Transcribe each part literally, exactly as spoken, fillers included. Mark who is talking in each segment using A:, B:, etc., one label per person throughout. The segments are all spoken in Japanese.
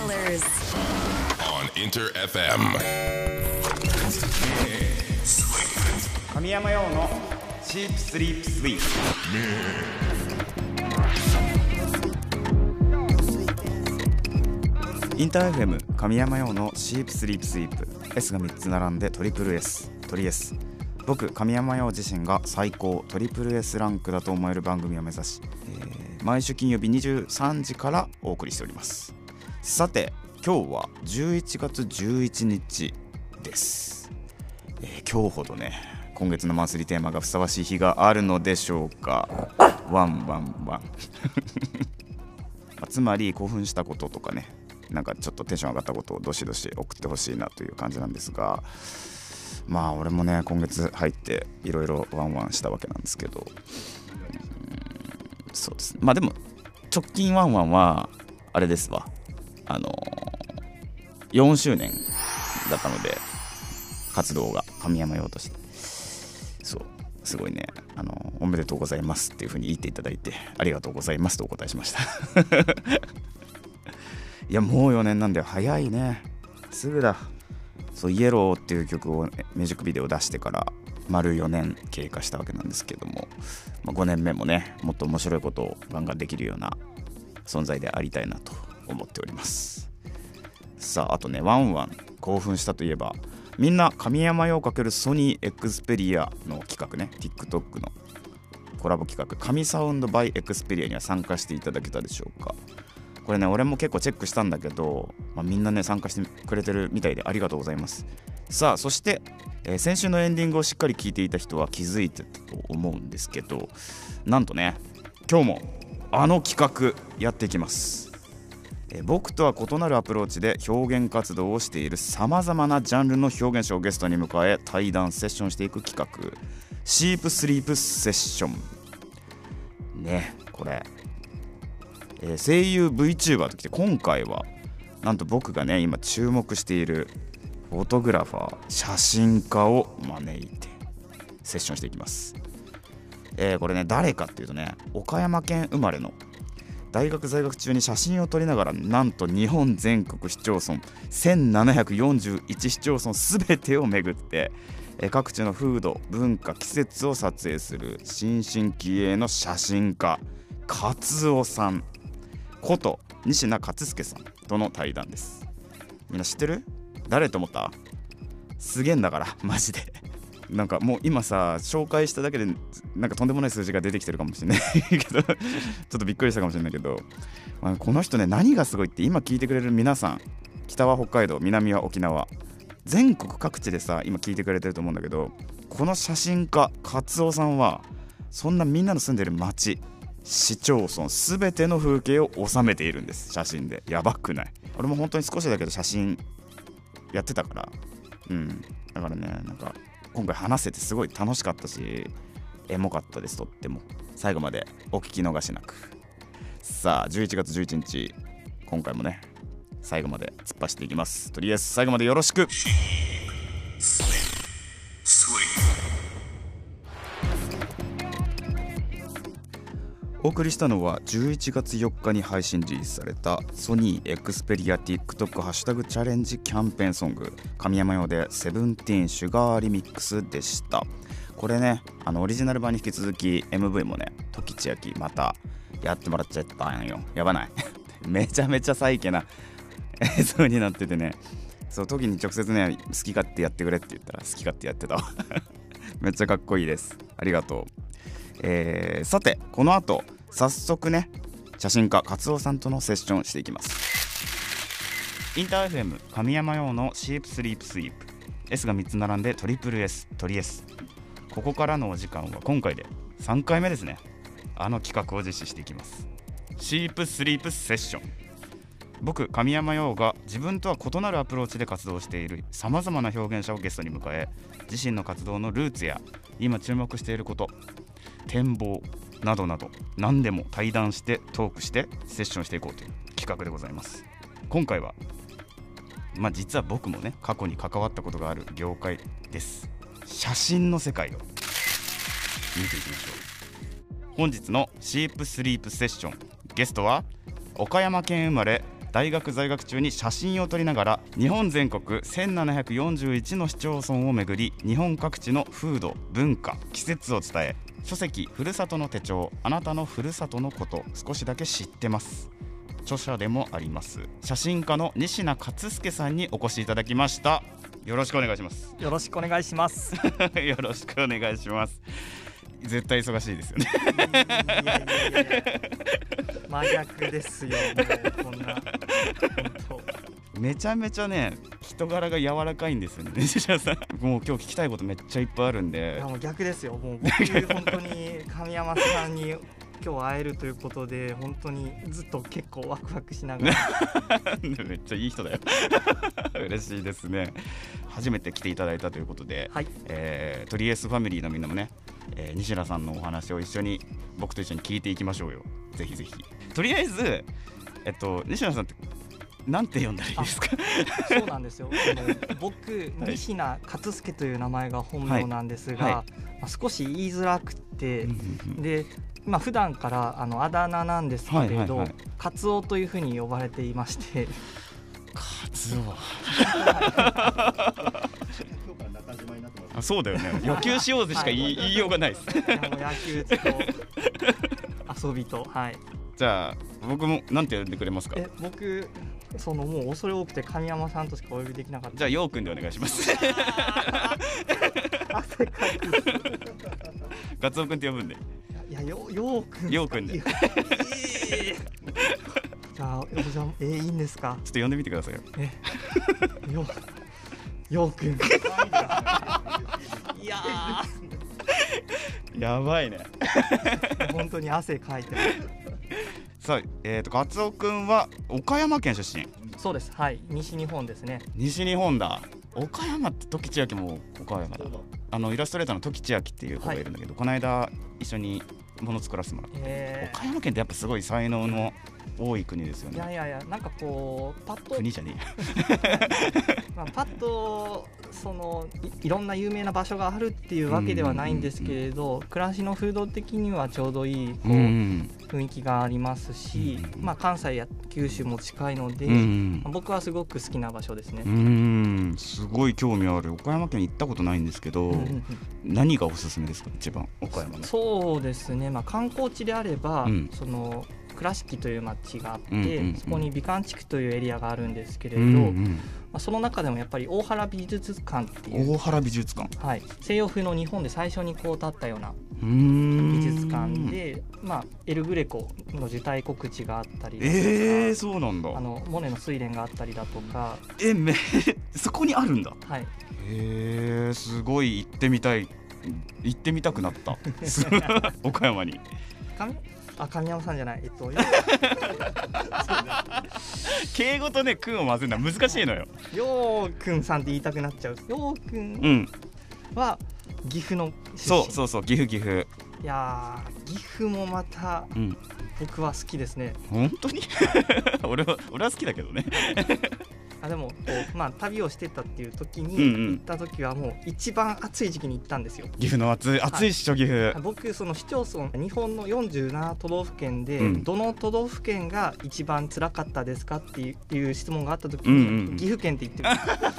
A: Killers
B: on Inter エフエム。
C: 神山陽のシープスリープスイープ。インター エフエム 神山陽のシープスリープスイープ。 S がみっつ並んでトリプル S トリ S。 僕神山陽自身が最高トリプル S ランクだと思える番組を目指し、えー、毎週金曜日にじゅうさんじからお送りしております。さて今日はじゅういちがつじゅういちにちです、えー、今日ほどね今月のマンスリーテーマがふさわしい日があるのでしょうか。ワンワンワンつまり興奮したこととかね、なんかちょっとテンション上がったことをどしどし送ってほしいなという感じなんですが、まあ俺もね今月入っていろいろワンワンしたわけなんですけど、うーんそうですね。まあでも直近ワンワンはあれですわ、あのー、よんしゅうねんだったので活動が神山用として、そうすごいね、あのー、おめでとうございますっていう風に言っていただいてありがとうございますとお答えしましたいやもうよねんなんだよ、早いね、すぐだ。そうイエローっていう曲をミュージックビデオ出してから丸よねん経過したわけなんですけども、まあ、ごねんめもねもっと面白いことをガンガンできるような存在でありたいなと思っております。さああとねワンワン興奮したといえば、みんな神山用×ソニーエクスペリアの企画ね、 TikTok のコラボ企画神サウンド by エクスペリアには参加していただけたでしょうか。これね俺も結構チェックしたんだけど、まあ、みんなね参加してくれてるみたいでありがとうございます。さあそして、えー、先週のエンディングをしっかり聞いていた人は気づいてたと思うんですけど、なんとね今日もあの企画やっていきます。えー、僕とは異なるアプローチで表現活動をしているさまざまなジャンルの表現者をゲストに迎え対談セッションしていく企画、シープスリープセッションね。これえー、声優 VTuber ときて今回はなんと僕がね今注目しているフォトグラファー写真家を招いてセッションしていきます。えー、これね誰かっていうとね、岡山県生まれの大学在学中に写真を撮りながらなんと日本全国市町村せんななひゃくよんじゅういち市町村すべてを巡って、えー、各地の風土文化季節を撮影する新進気鋭の写真家勝尾さんこと西名勝介さんとの対談です。みんな知ってる？誰と思った？すげえんだからマジでなんかもう今さ紹介しただけでなんかとんでもない数字が出てきてるかもしれないけどちょっとびっくりしたかもしれないけど、まあ、この人ね何がすごいって今聞いてくれる皆さん、北は北海道南は沖縄全国各地でさ今聞いてくれてると思うんだけど、この写真家勝尾さんはそんなみんなの住んでる町市町村すべての風景を収めているんです、写真で。やばくない？俺も本当に少しだけど写真やってたから、うんだからねなんか今回話せてすごい楽しかったしエモかったです。とっても最後までお聞き逃しなく。さあじゅういちがつじゅういちにち今回もね最後まで突っ走っていきます。とりあえず最後までよろしく。お送りしたのはじゅういちがつよっかに配信リリースされたソニーエクスペリア TikTok ハッシュタグチャレンジキャンペーンソング神山用でセブンティーンシュガーリミックスでした。これねあのオリジナル版に引き続き エムブイ もね時千秋またやってもらっちゃったんよ。やばないめちゃめちゃサイケな映像になっててね、そう時に直接ね好き勝手やってくれって言ったら好き勝手やってためっちゃかっこいいです。ありがとう。えー、さてこの後早速ね写真家勝尾さんとのセッションしていきます。インター エフエム 神山用のシープスリープスイープ S がみっつ並んでトリプル S トリ S。 ここからのお時間は今回でさんかいめですね。あの企画を実施していきます。シープスリープセッション。僕神山陽が自分とは異なるアプローチで活動しているさまざまな表現者をゲストに迎え、自身の活動のルーツや今注目していること、展望などなど何でも対談してトークしてセッションしていこうという企画でございます。今回はまあ実は僕もね過去に関わったことがある業界です。写真の世界を見ていきましょう。本日のシープスリープセッションゲストは岡山県生まれ大学在学中に写真を撮りながら日本全国せんななひゃくよんじゅういちの市町村を巡り、日本各地の風土、文化、季節を伝え、書籍ふるさとの手帳、あなたのふるさとのこと少しだけ知ってます。著者でもあります写真家の西名勝介さんにお越しいただきました。よろしくお願いします。
A: よろしくお願いします
C: よろしくお願いします。絶対忙しいですよね。
A: いやいやいやいや真逆ですよ。もうこんな本
C: 当めちゃめちゃね人柄が柔らかいんですよね、西田さん。もう今日聞きたいことめっちゃいっぱいあるんで。
A: いやもう逆ですよ。もう僕本当に神山さんに今日会えるということで本当にずっと結構ワクワクしながら
C: めっちゃいい人だよ嬉しいですね。初めて来ていただいたということで、
A: はい、
C: えー、トリエスファミリーのみんなもね、えー、西田さんのお話を一緒に僕と一緒に聞いていきましょうよ。ぜひぜひ。とりあえず、えっと、西田さんってなんて呼んだらいいですか？
A: そうなんですよ。あの僕、はい、西名勝介という名前が本名なんですが、はいはい、まあ、少し言いづらくてで、まあ、普段からあのあだ名なんですけれど、はいはいはい、カツオというふうに呼ばれていまして。
C: カツオあ、そうだよね。野球しようぜしか言い、はい、言いようがないです。いやもう
A: 野球と遊びと、はい。じゃ
C: あ僕もなんて呼んでくれますか？
A: え僕そのもう恐れ多くて神山さんとしかお呼びできなかった。
C: じゃあようくんでお願いします。
A: 汗かく。
C: ガツオくんって呼ぶんで。
A: いやよようくん。
C: ようくんで。
A: じゃあじゃあえー、いいんですか？
C: ちょっと呼んでみてくださいよ。
A: えよようくん。いや
C: やばいね。
A: 本当に汗かいてます。
C: さあ、えーと、カツオくんは岡山県出身。
A: そうです。はい、西日本ですね。
C: 西日本だ。岡山って時千秋も岡山だ。あのイラストレーターの時千秋っていう子がいるんだけど、はい、この間一緒にもの作らせてもらって、えー、岡山県ってやっぱすごい才能の多い国ですよね。
A: いやいやいや、なんかこうパッと
C: 国じゃね
A: えやまあパッとその い, いろんな有名な場所があるっていうわけではないんですけれど、うんうんうん、暮らしの風土的にはちょうどいいこう、うん、雰囲気がありますし、うん、まあ、関西や九州も近いので、うん、僕はすごく好きな場所ですね。
C: うん、すごい興味ある。岡山県行ったことないんですけど、うんうんうん、何がおすすめですか？一番岡山の。
A: そうですね、まあ、観光地であれば、うん、その倉敷という町があって、うんうんうん、そこに美観地区というエリアがあるんですけれど、うんうん、まあ、その中でもやっぱり大原美術館っていう
C: 大原美術館、
A: はい、西洋風の日本で最初にこう建ったような美術館で、まあ、エル・グレコの受胎告知があったりだとか、
C: えー、そうなんだ。
A: あのモネの睡蓮があったりだとか、
C: えめそこにあるんだ。
A: はい、
C: へー、すごい行ってみたい、行ってみたくなった岡山に。
A: あ、神山さんじゃない、えっと
C: 敬語とね、くんを混ぜるのは難しいのよ。
A: ようくんさんって言いたくなっちゃう。ようくんは岐阜の出身。
C: そうそうそう、岐阜岐阜。
A: いや岐阜もまた僕は好きですね。
C: うん、本当に俺は俺は好きだけどね。
A: あでもこう、まあ、旅をしてたっていう時に行った時はもう一番暑い時期に行ったんですよ。
C: 岐阜の暑い暑いっしょ、岐阜。
A: 僕その市町村日本のよんじゅうなな都道府県で、うん、どの都道府県が一番辛かったですかっていう質問があった時に、うんうん、岐阜県って言ってる。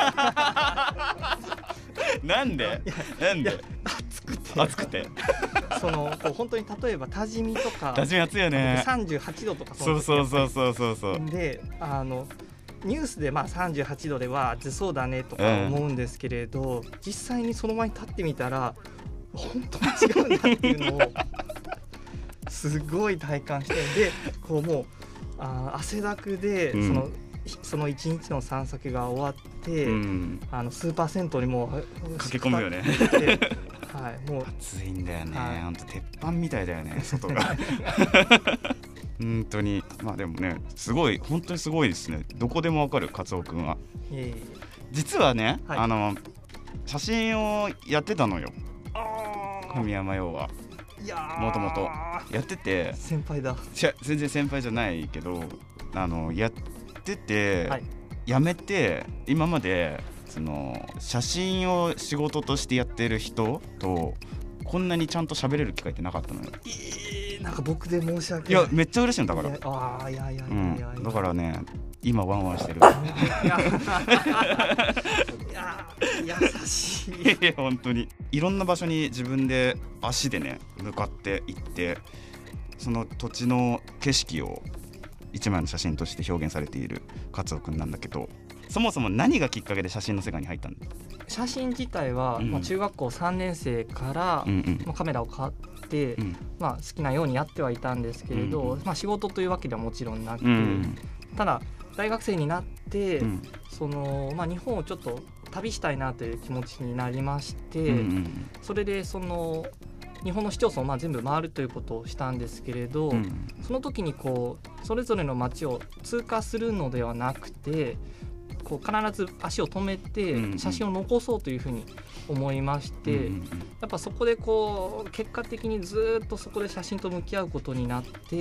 C: なんでなんで
A: 暑くて
C: 暑くて
A: そのこう本当に例えば多治見とか
C: 多治見暑いよね。
A: さんじゅうはちどとか
C: そうそうそうそうそうそう
A: で、あのニュースでまあさんじゅうはちどでは暑そうだねとか思うんですけれど、うん、実際にその前に立ってみたら本当に違うんだっていうのをすごい体感して、でこうもうあ汗だくで、うん、そのその一日の散策が終わって、うん、あのスーパー銭湯にもう
C: 駆け込むよね。
A: はい、もう
C: 暑いんだよね。はい、ほんと鉄板みたいだよね、外が。本当に。まあでもね、すごい本当にすごいですね。どこでもわかる、カツオくんは。
A: いえいえ、
C: 実はね、はい、あの写真をやってたのよ、神山陽は。もともとやってて、
A: 先輩だ。
C: いや全然先輩じゃないけど、あのやってて、はい、やめて今までその写真を仕事としてやってる人とこんなにちゃんと喋れる機会ってなかったのよ。
A: えー、なんか僕で申し訳ない。
C: いやめっちゃ嬉しいんだから。
A: いやあいやいやいやいや、
C: うん、だからね、 今ワンワンしてる。
A: いやいや優しい。
C: いや本当にいろんな場所に自分で足でね向かって行って、その土地の景色を一枚の写真として表現されている勝尾くんなんだけど、そもそも何がきっかけで写真の世界に入ったんだ？
A: 写真自体は、
C: うん
A: まあ、中学校さんねん生から、
C: うんうん
A: まあ、カメラを買って、
C: うん
A: まあ、好きなようにやってはいたんですけれど、
C: うん
A: まあ、仕事というわけではもちろんなく、
C: うん
A: ただ大学生になって、
C: うん
A: そのまあ、日本をちょっと旅したいなという気持ちになりまして、
C: うんうん
A: それでその日本の市町村をまあ全部回るということをしたんですけれど、
C: うん
A: その時にこうそれぞれの街を通過するのではなくて、こう必ず足を止めて写真を残そうというふうに思いまして、
C: うんうん
A: やっぱそこでこう結果的にずっとそこで写真と向き合うことになって、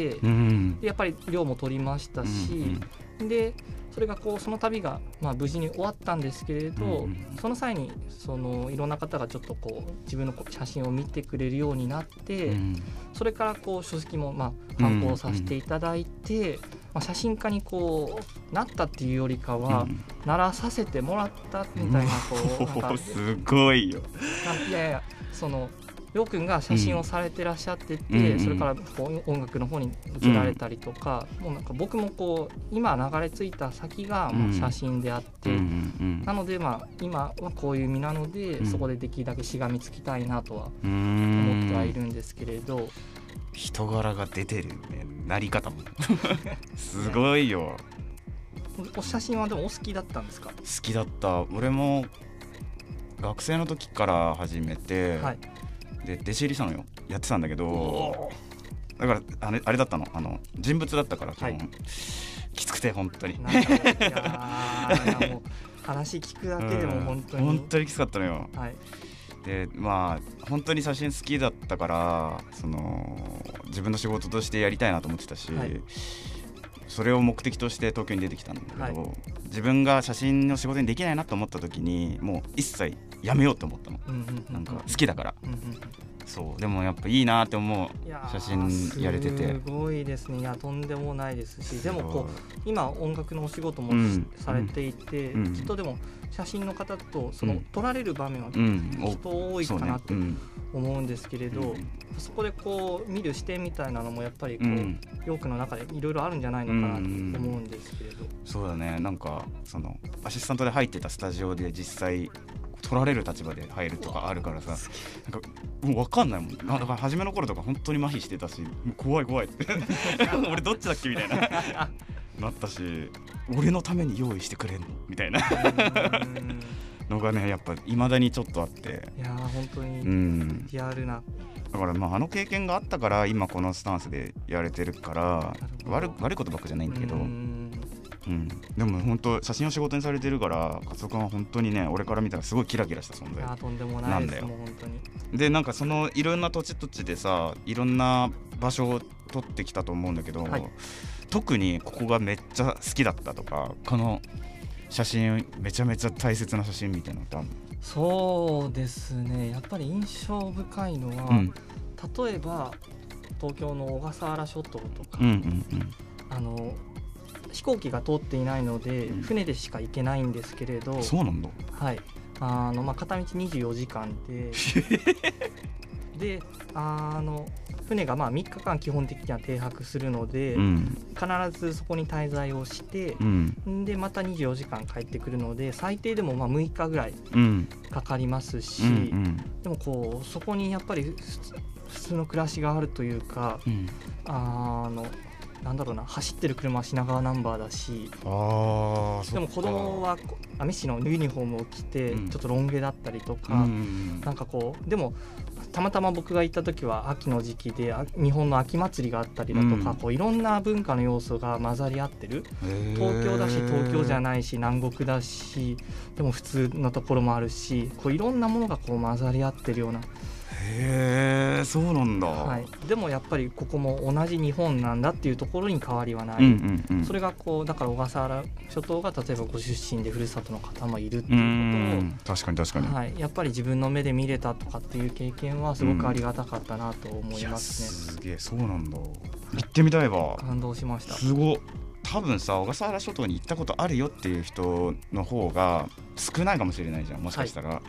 C: うん
A: でやっぱり量も撮りましたし、でそれがこうその旅がまあ無事に終わったんですけれど、
C: うんうん
A: その際にそのいろんな方がちょっとこう自分の写真を見てくれるようになって、
C: うん
A: それからこう書籍もまあ刊行させていただいて、まあ、写真家にこうなったっていうよりかは、
C: うん
A: ならさせてもらったみたいなこうなんか
C: すごいよ。
A: なんいやいやそのりょうくんが写真をされてらっしゃってて、
C: うん
A: それからこう音楽の方に移られたりとか、もうなんか僕もこう今流れ着いた先がもう写真であって、
C: うんうん
A: なのでまあ今はこういう身なので、
C: うん
A: そこでできるだけしがみつきたいなとは
C: うん
A: 思ってはいるんですけれど、
C: 人柄が出てるね、なり方もすごいよ。
A: お写真はでもお好きだったんですか？
C: 好きだった。俺も学生の時から始めて、
A: はい、
C: で弟子入りしたのよ。やってたんだけど、
A: お
C: だからあれあれだったの、あの人物だったから基本、
A: はい、
C: きつくて本当に。
A: なんかいやいやもう話聞くだけでも本当に、
C: うん、本当にきつかったのよ。
A: はい、
C: でまあ本当に写真好きだったから、その自分の仕事としてやりたいなと思ってたし、
A: はい、
C: それを目的として東京に出てきたんだけど、
A: はい、
C: 自分が写真の仕事にできないなと思った時にもう一切やめようと思ったの、
A: うんうんうんうん、
C: なんか好きだから、
A: うんうん、
C: そうでもやっぱいいなって思う。写真やれてて
A: すごいですね。いやとんでもないですし、でもこう今音楽のお仕事も、うん、されていて、うん、きっとでも写真の方とその、うん、撮られる場面はきっと多いかなと思うんですけれど、うん、そこでこう見る視点みたいなのもやっぱりこう、うん、ヨークの中でいろいろあるんじゃないのかなと思うんですけれど、
C: うん、そうだね。なんかそのアシスタントで入ってたスタジオで実際撮られる立場で入るとかあるからさ、なんかもう分かんないもん。だから初めの頃とか本当に麻痺してたし、怖い怖いって俺どっちだっけみたいななったし、俺のために用意してくれんのみたいなのがねやっぱ未だにちょっとあって、
A: いや本当にリアルな、
C: うん、だからまああの経験があったから今このスタンスでやれてるから、悪悪いことばっかじゃないんだけど、うんうん、でも本当写真を仕事にされてるから勝尾君は本当にね俺から見たらすごいキラキラした存在なんだよ。
A: とんでもないですもう本当に。
C: でなんかそのいろんな土地土地でさいろんな場所を撮ってきたと思うんだけど、はい、特にここがめっちゃ好きだったとか、この写真めちゃめちゃ大切な写真みたいなのってあるの？
A: そうですね、やっぱり印象深いのは、うん、例えば東京の小笠原諸島とか、うんうんうん、あの飛行機が通っていないので、うん、船でしか行けないんですけれど。
C: そうなんだ。
A: はい、あのまあ、片道にじゅうよじかんでであの船がまあみっかかん基本的には停泊するので、うん、必ずそこに滞在をして、うん、でまたにじゅうよじかん帰ってくるので最低でもまあむいかぐらいかかりますし、うんうん、でもこうそこにやっぱり普通の暮らしがあるというか、うん、あのなんだろうな、走ってる車は品川ナンバーだし、あでも子供はアメッシのユニフォームを着てちょっとロン毛だったりとか、うん、なんかこうでもたまたま僕が行った時は秋の時期で日本の秋祭りがあったりだとか、うん、こういろんな文化の要素が混ざり合ってる。東京だし東京じゃないし南国だしでも普通のところもあるし、こういろんなものがこう混ざり合ってるような。
C: へー、そうなんだ、
A: はい、でもやっぱりここも同じ日本なんだっていうところに変わりはない、うんうんうん、それがこうだから小笠原諸島が例えばご出身でふるさとの方もいるっていうことを
C: 確かに確かに、
A: はい、やっぱり自分の目で見れたとかっていう経験はすごくありがたかったなと思いますね、
C: うん、いやすげえ、そうなんだ。行ってみたいわ。
A: 感動しました。
C: すご多分さ小笠原諸島に行ったことあるよっていう人の方が少ないかもしれないじゃん、もしかしたら、はい、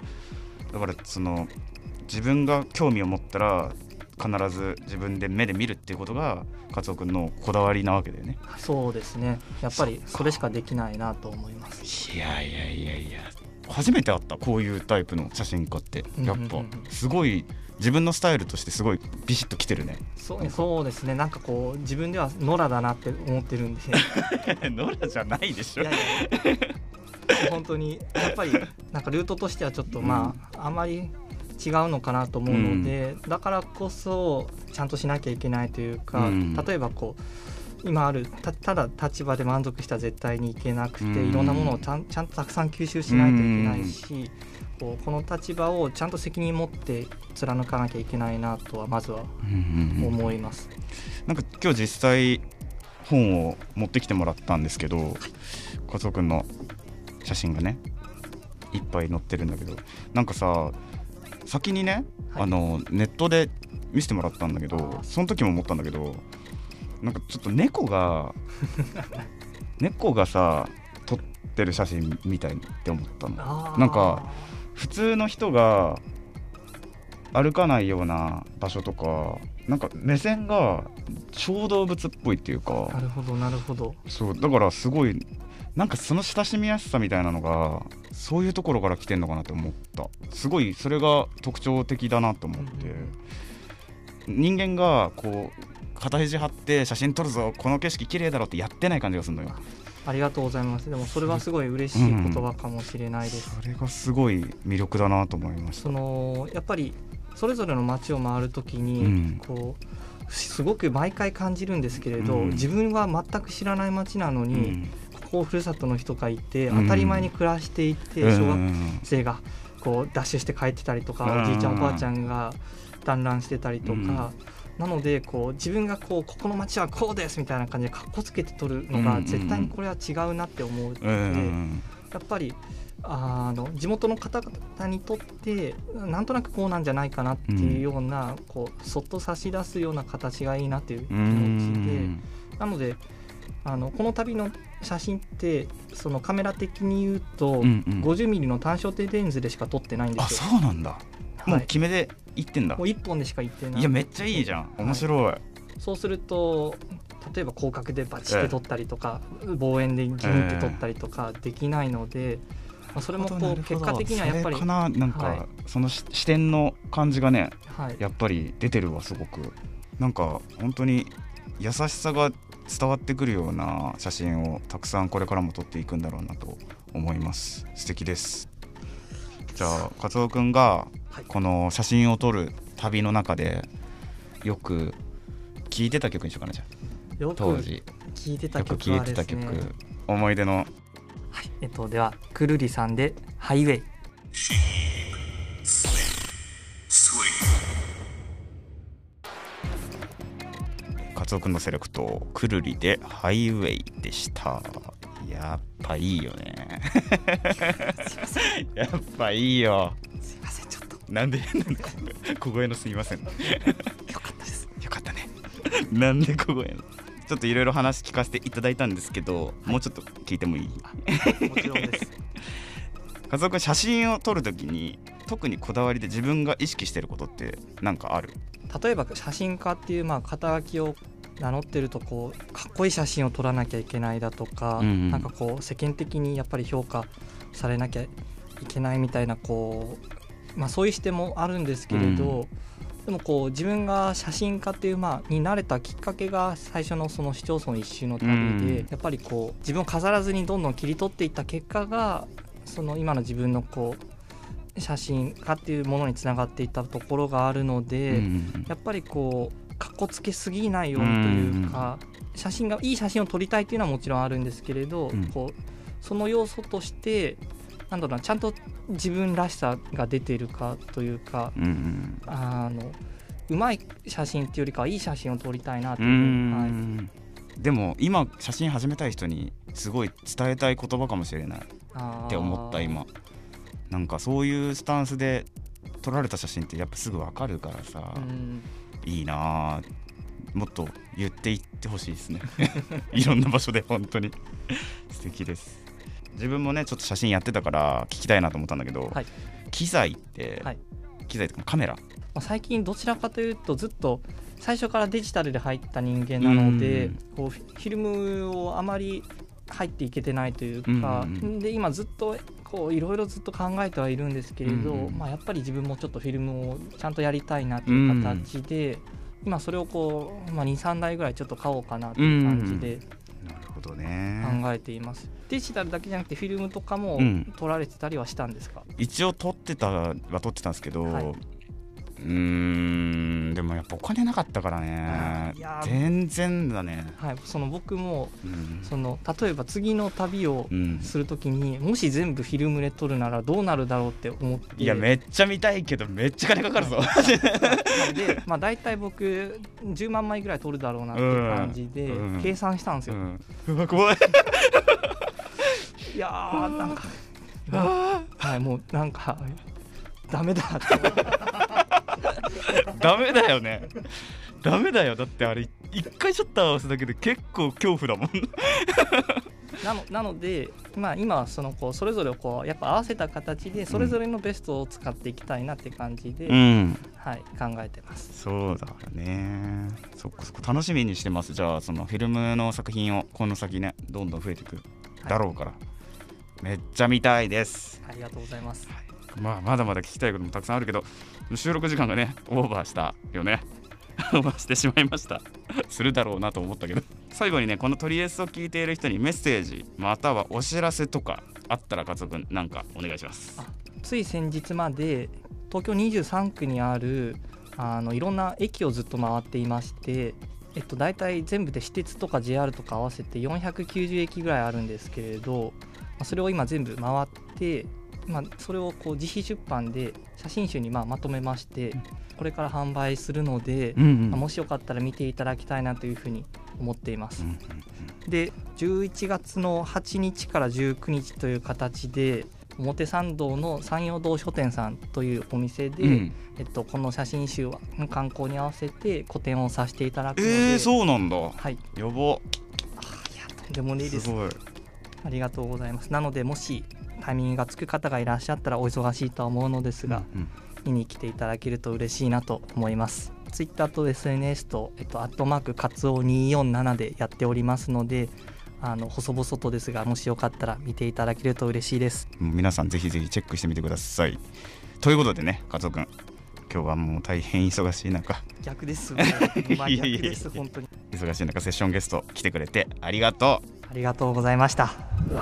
C: だからその自分が興味を持ったら必ず自分で目で見るっていうことがカツオ君のこだわりなわけだよね。
A: そうですね、やっぱりそれしかできないなと思います。
C: いやいやいやいや、初めて会ったこういうタイプの写真家って、やっぱすごい自分のスタイルとしてすごいビシッときてるね。
A: そうそうですね、なんかこう自分では野良だなって思ってるんで
C: 野良じゃないでしょ。いやい
A: や本当にやっぱりなんかルートとしてはちょっとまあ、うん、あまり違うのかなと思うので、うん、だからこそちゃんとしなきゃいけないというか、うん、例えばこう今ある た, ただ立場で満足したら絶対にいけなくて、うん、いろんなものをちゃ ん, ちゃんとたくさん吸収しないといけないし、うん、こうこの立場をちゃんと責任持って貫かなきゃいけないなとはまずは思います、うんうんうん、
C: なんか今日実際本を持ってきてもらったんですけど、はい、カツオ君の写真がねいっぱい載ってるんだけど、なんかさ先にね、はい、あのネットで見せてもらったんだけど、その時も思ったんだけど、なんかちょっと猫が猫がさ撮ってる写真みたいって思ったの。なんか普通の人が歩かないような場所とか、なんか目線が小動物っぽいっていうか。
A: なるほどなるほど。
C: そうだからすごいなんかその親しみやすさみたいなのがそういうところから来てんのかなって思った。すごいそれが特徴的だなと思って、うん、人間がこう肩肘張って写真撮るぞこの景色綺麗だろってやってない感じがするのよ。
A: ありがとうございます。でもそれはすごい嬉しい言葉かもしれないです、
C: うん、それがすごい魅力だなと思いました。
A: そのやっぱりそれぞれの街を回るときに、うん、こうすごく毎回感じるんですけれど、うん、自分は全く知らない街なのに、うん、ここふるさとの人がいて当たり前に暮らしていて、うん、小学生がこうダッシュして帰ってたりとか、うん、おじいちゃんおばあちゃんが団らんしてたりとか、うん、なのでこう自分がこうここの街はこうですみたいな感じでかっこつけて撮るのが絶対にこれは違うなって思うので、うん、やっぱりあの地元の方々にとってなんとなくこうなんじゃないかなっていうような、うん、こうそっと差し出すような形がいいなっていう気持ちで、うん、なのであのこの旅の写真ってそのカメラ的に言うと、うんうん、ごじゅうミリの単焦点レンズでしか撮ってないんですよ。
C: あ、そうなんだ、はい、もう決めでいってんだ。
A: もういっぽんでしかいってない。
C: いやめっちゃいいじゃん、面白い、はい、
A: そうすると例えば広角でバチって撮ったりとか、えー、望遠でギュンって撮ったりとかできないので、えーまあ、それもこう結果的にはやっぱり
C: それかな、なんか、はい、その視点の感じがね、はい、やっぱり出てるわ。すごくなんか本当に優しさが伝わってくるような写真をたくさんこれからも撮っていくんだろうなと思います。素敵です。じゃあカツオくんがこの写真を撮る旅の中でよく聴いてた曲にしようかな。じゃあ
A: よく
C: 当時
A: 聴いてた曲はですね、
C: 思い出の、
A: はい、えっとではくるりさんでハイウェイ。
C: カツオくんのセレクトくるりでハイウェイでした。やっぱいいよねすいませんやっぱいいよ。
A: すいません、ちょっと
C: なんで小声のすいませんよ
A: かったです。
C: よかったねなんで小声のちょっといろいろ話聞かせていただいたんですけど、はい、もうちょっと聞いてもいい？
A: もちろんです
C: カツオくん写真を撮るときに特にこだわりで自分が意識してることって何かある？
A: 例えば写真家っていうまあ肩書きを名乗ってるとこうかっこいい写真を撮らなきゃいけないだとか、うんうん、なんかこう世間的にやっぱり評価されなきゃいけないみたいなこう、まあ、そういう視点もあるんですけれど、うん、でもこう自分が写真家っていうまあになれたきっかけが最初のその市町村一周の旅で、うん、やっぱりこう自分を飾らずにどんどん切り取っていった結果がその今の自分のこう写真家っていうものにつながっていったところがあるので、うん、やっぱりこうかっこつけすぎないようにというか、うん、写真がいい写真を撮りたいというのはもちろんあるんですけれど、うん、こうその要素としてなんだろうな、ちゃんと自分らしさが出ているかというか、うん、あのうまい写真っていうよりかはいい写真を撮りたいなという、はい、
C: でも今写真始めたい人にすごい伝えたい言葉かもしれないって思った。今なんかそういうスタンスで撮られた写真ってやっぱすぐ分かるからさ、うん、いいな。 もっと言っていってほしいですねいろんな場所で本当に素敵です。自分もねちょっと写真やってたから聞きたいなと思ったんだけど、はい、機材って、はい、機材とかカメラ、ま
A: あ、最近どちらかというとずっと最初からデジタルで入った人間なので、こうフィルムをあまり入っていけてないというか、うんうん、で今ずっとこういろいろずっと考えてはいるんですけれど、うんうん、まあ、やっぱり自分もちょっとフィルムをちゃんとやりたいなという形で、うん、今それをこう、まあ、にさんだいぐらいちょっと買おうかなという感じで考えています。デジタルだけじゃなくてフィルムとかも撮られてたりはしたんですか？
C: うん、一応撮ってたは撮ってたんですけど、はい、うーんでもやっぱお金なかったからね、いや全然だね、
A: はい、その僕も、うん、その例えば次の旅をするときに、うん、もし全部フィルムで撮るならどうなるだろうって思って、
C: いやめっちゃ見たいけどめっちゃ金かかるぞ
A: で、まあ、大体僕じゅうまんまいぐらい撮るだろうなっていう感じで計算したんですよ、うん
C: うん、うわ怖い
A: いやーなんかはい、もうなんかダメだって
C: ダメだよねダメだよ。だってあれ一回シャッター合わせだけで結構恐怖だもん
A: なの、なので、まあ、今はそのこうそれぞれをこうやっぱ合わせた形でそれぞれのベストを使っていきたいなって感じで、うん、はい、考えてます。
C: そうだね、そっかそっか、楽しみにしてます。じゃあそのフィルムの作品をこの先ねどんどん増えていくだろうから、はい、めっちゃ見たいです。
A: ありがとうございます、はい、
C: まあ、まだまだ聞きたいこともたくさんあるけど収録時間がねオーバーしたよねオーバーしてしまいましたするだろうなと思ったけど、最後にねこのトリエスを聞いている人にメッセージまたはお知らせとかあったら勝君なんかお願いします。
A: あ、つい先日まで東京にじゅうさんくにあるあのいろんな駅をずっと回っていまして、えっと、大体全部で私鉄とか ジェイアール とか合わせてよんひゃくきゅうじゅうえきぐらいあるんですけれど、それを今全部回って、まあ、それをこう自費出版で写真集にまあまとめまして、これから販売するので、うんうん、まあ、もしよかったら見ていただきたいなというふうに思っています、うんうんうん、でじゅういちがつのはちにちからじゅうくにちという形で表参道の山陽堂書店さんというお店で、うん、えっと、この写真集の刊行に合わせて個展をさせていただくので。
C: えー、そうなんだ、はい、やば。あ、いや
A: とんでもねえです。
C: すごい、
A: ありがとうございます。なのでもしタイミングがつく方がいらっしゃったらお忙しいとは思うのですが、うんうん、見に来ていただけると嬉しいなと思います。ツイッターと エスエヌエス と、えっと、アットマークカツオにーよんななでやっておりますので、あの細々とですがもしよかったら見ていただけると嬉しいです。
C: 皆さんぜひぜひチェックしてみてください。ということでね、カツオくん今日はもう大変忙しい中、
A: 逆ですもう真逆です本当に
C: 忙しい中セッションゲスト来てくれてありがとう。
A: ありがとうございました。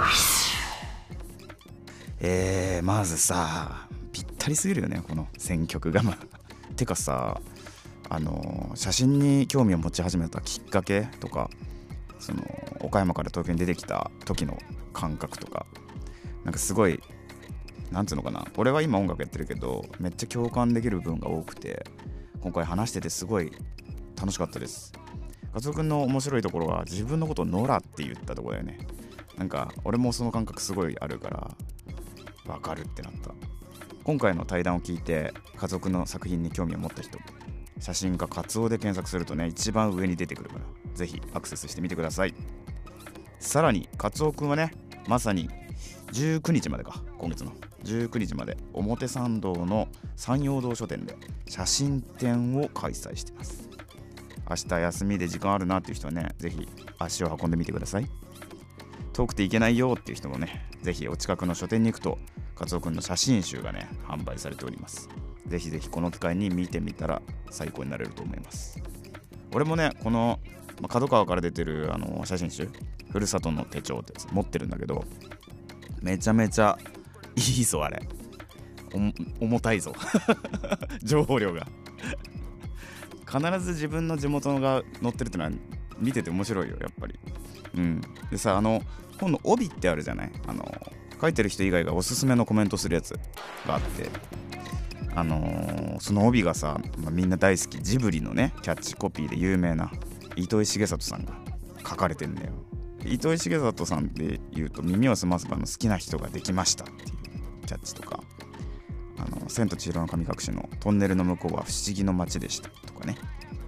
C: えー、まずさぴったりすぎるよねこの選曲がてかさ、あの写真に興味を持ち始めたきっかけとか、その岡山から東京に出てきた時の感覚とか、なんかすごいなんつうのかな、俺は今音楽やってるけどめっちゃ共感できる部分が多くて、今回話しててすごい楽しかったです。カツオくんの面白いところは自分のことをノラって言ったところだよね。なんか俺もその感覚すごいあるからわかるってなった。今回の対談を聞いてカツオくんの作品に興味を持った人、写真家カツオで検索するとね一番上に出てくるからぜひアクセスしてみてください。さらにカツオくんはねまさにじゅうくにちまでか、今月のじゅうくにちまで表参道の山陽堂書店で写真展を開催しています。明日休みで時間あるなっていう人はねぜひ足を運んでみてください。遠くて行けないよっていう人もねぜひお近くの書店に行くとカツオくんの写真集がね販売されております。ぜひぜひこの機会に見てみたら最高になれると思います。俺もねこの角川から出てるあの写真集ふるさとの手帳ってやつ持ってるんだけど、めちゃめちゃいいぞあれ、お重たいぞ情報量が必ず自分の地元が載ってるってのは見てて面白いよやっぱり。うんでさ、あの本の帯ってあるじゃない、あの書いてる人以外がおすすめのコメントするやつがあって、あのー、その帯がさ、まあ、みんな大好きジブリのねキャッチコピーで有名な糸井重里さんが書かれてんだよ。糸井重里さんで言うと耳をすませばの好きな人ができましたっていうキャッチとか、あの千と千尋の神隠しのトンネルの向こうは不思議の街でしたとかね、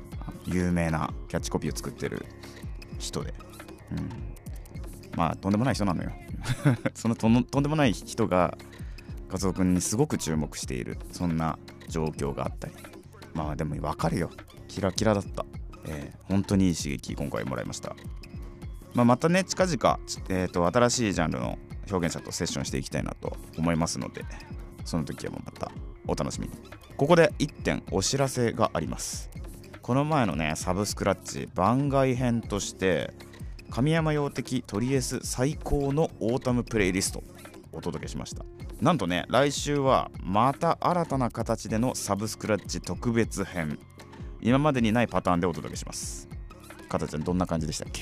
C: 有名なキャッチコピーを作ってる人で、うん、まあとんでもない人なのよそのとんでもない人がカツオ君にすごく注目している、そんな状況があったり、まあでも分かるよ、キラキラだった、えー、本当にいい刺激今回もらいました。まあ、またね近々、えーと、新しいジャンルの表現者とセッションしていきたいなと思いますので、その時はもうまたお楽しみに。ここでいってんお知らせがあります。この前のねサブスクラッチ番外編として神山用的トリエス最高のオータムプレイリストお届けしました。なんとね来週はまた新たな形でのサブスクラッチ特別編、今までにないパターンでお届けします。かたちゃんどんな感じでしたっけ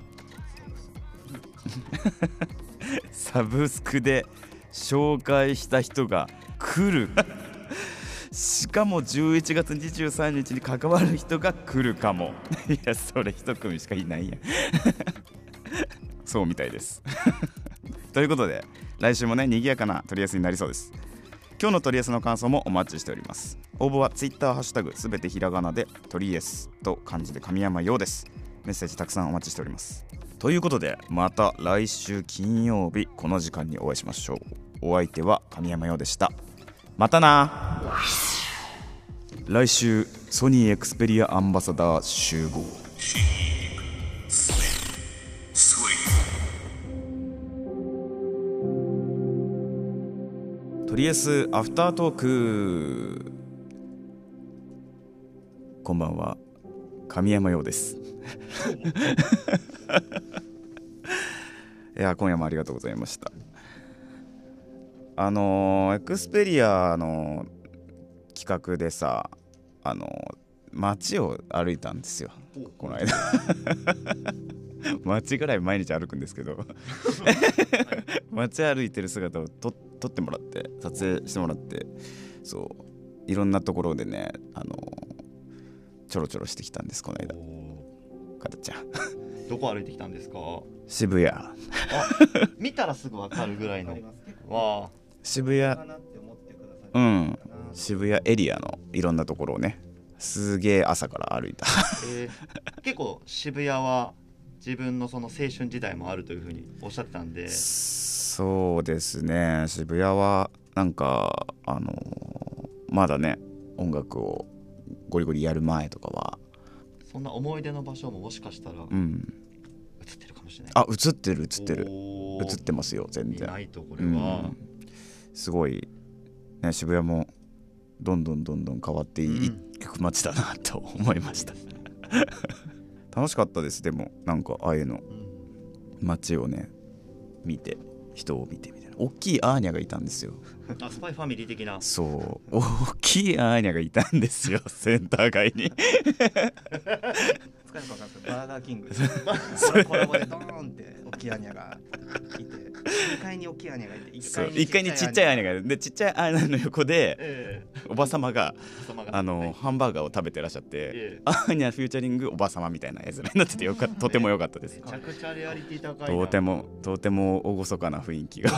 C: サブスクで紹介した人が来るしかもじゅういちがつにじゅうさんにちに関わる人が来るかもいやそれ一組しかいないやんそうみたいですということで来週もね賑やかなトリエスになりそうです。今日のトリエスの感想もお待ちしております。応募はツイッターハッシュタグすべてひらがなでトリエスと漢字で神山ようです。メッセージたくさんお待ちしております。ということでまた来週金曜日この時間にお会いしましょう。お相手は神山ようでした。またな。来週ソニーエクスペリアアンバサダー集合。トリエスアフタートーク。こんばんは、神山ようですいや今夜もありがとうございました。あのー、エクスペリアの企画でさ、あのー、街を歩いたんですよこの間街ぐらい毎日歩くんですけど街歩いてる姿をと撮ってもらって撮影してもらって、そういろんなところでね、あのー、ちょろちょろしてきたんです。この間かたちゃん
D: どこ歩いてきたんですか？
C: 渋谷。
D: あ見たらすぐわかるぐらいのわあ
C: 渋谷、うん、渋谷エリアのいろんなところをねすげえ朝から歩いた、
D: えー、結構渋谷は自分のその青春時代もあるというふうにおっしゃってたんで。
C: そうですね、渋谷はなんかあのー、まだね音楽をゴリゴリやる前とかは
D: そんな思い出の場所ももしかしたら、うん、映ってるかもしれない。
C: あ映ってる映ってる映ってますよ全然。
D: 見ないとこれは、うん、
C: すごい、ね、渋谷もどんどんどんどん変わっていく街だなと思いました、うん、楽しかったです。でもなんかああいうの、うん、街をね見て人を見てみたいな。大きいアーニャがいたんですよ
D: あスパイファミリー的な。
C: そう大きいアーニャがいたんですよセンター街に
A: 使えるか分かんないですけどバーガーキングでコラボでドーンって大きいアーニャがいてにかいに大きいアーニャがいて
C: いっかいにちっちゃいアーニャがいるで、ちっちゃいアーニャの横で、えー、おばさまがあの、はい、ハンバーガーを食べてらっしゃって、えー、アーニャフューチャリングおばさまみたいな絵面になっててよかとても良かったです。
D: めちゃくちゃリアリティ高いな。
C: とてもとても厳かな雰囲気が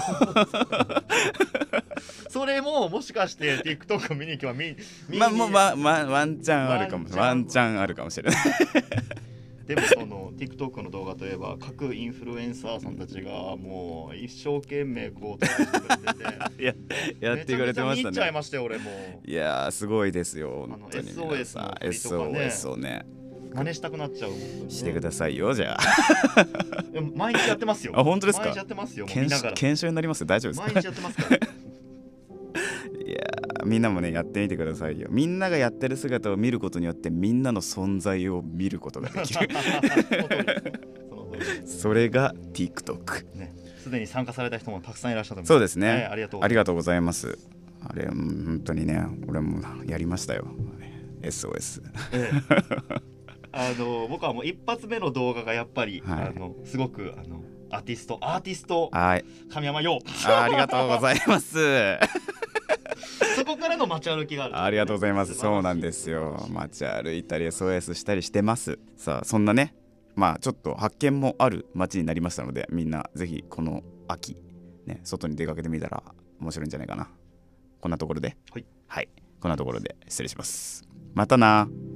D: それももしかして TikTok 見に行けば見見
C: まあもうまあまあワンチャンあるかもワンチャンあるかもしれない
D: でもその TikTok の動画といえば各インフルエンサーさんたちがもう一生懸命こう投稿してくれてて
C: や, やってくれてましたね。めちゃめちゃ見入っ
D: ちゃいましたよ俺も。
C: いやーすごいですよ本当に。
D: エスオーエス の振りとかね
C: エスオーエス をね
D: 真似したくなっちゃう、ね、
C: してくださいよじゃあ
D: 毎日やってますよ。
C: あ本当ですか？
D: 毎日やってますよ。もう見ながら
C: 研修になりますよ。大丈夫ですか？
D: 毎日やってますから
C: いやみんなもねやってみてくださいよ。みんながやってる姿を見ることによってみんなの存在を見ることができるそれが TikTok
D: ね。すでに参加された人もたくさんいらっしゃる。
C: そうですね、
D: はい、ありがとう
C: ありがとうございます。あれ本当にね俺もやりましたよ エスオーエス、ええ、
D: あの僕はもう一発目の動画がやっぱり、はい、あのすごくあのアーティストアーティスト神山よう
C: あ, ありがとうございます
D: そこからの街歩きがある、ね、
C: ありがとうございます。そうなんですよ。街歩いたり エスオーエス したりしてます。さあそんなねまあちょっと発見もある街になりましたのでみんなぜひこの秋ね外に出かけてみたら面白いんじゃないかな。こんなところで、はい、はい、こんなところで失礼します。またな。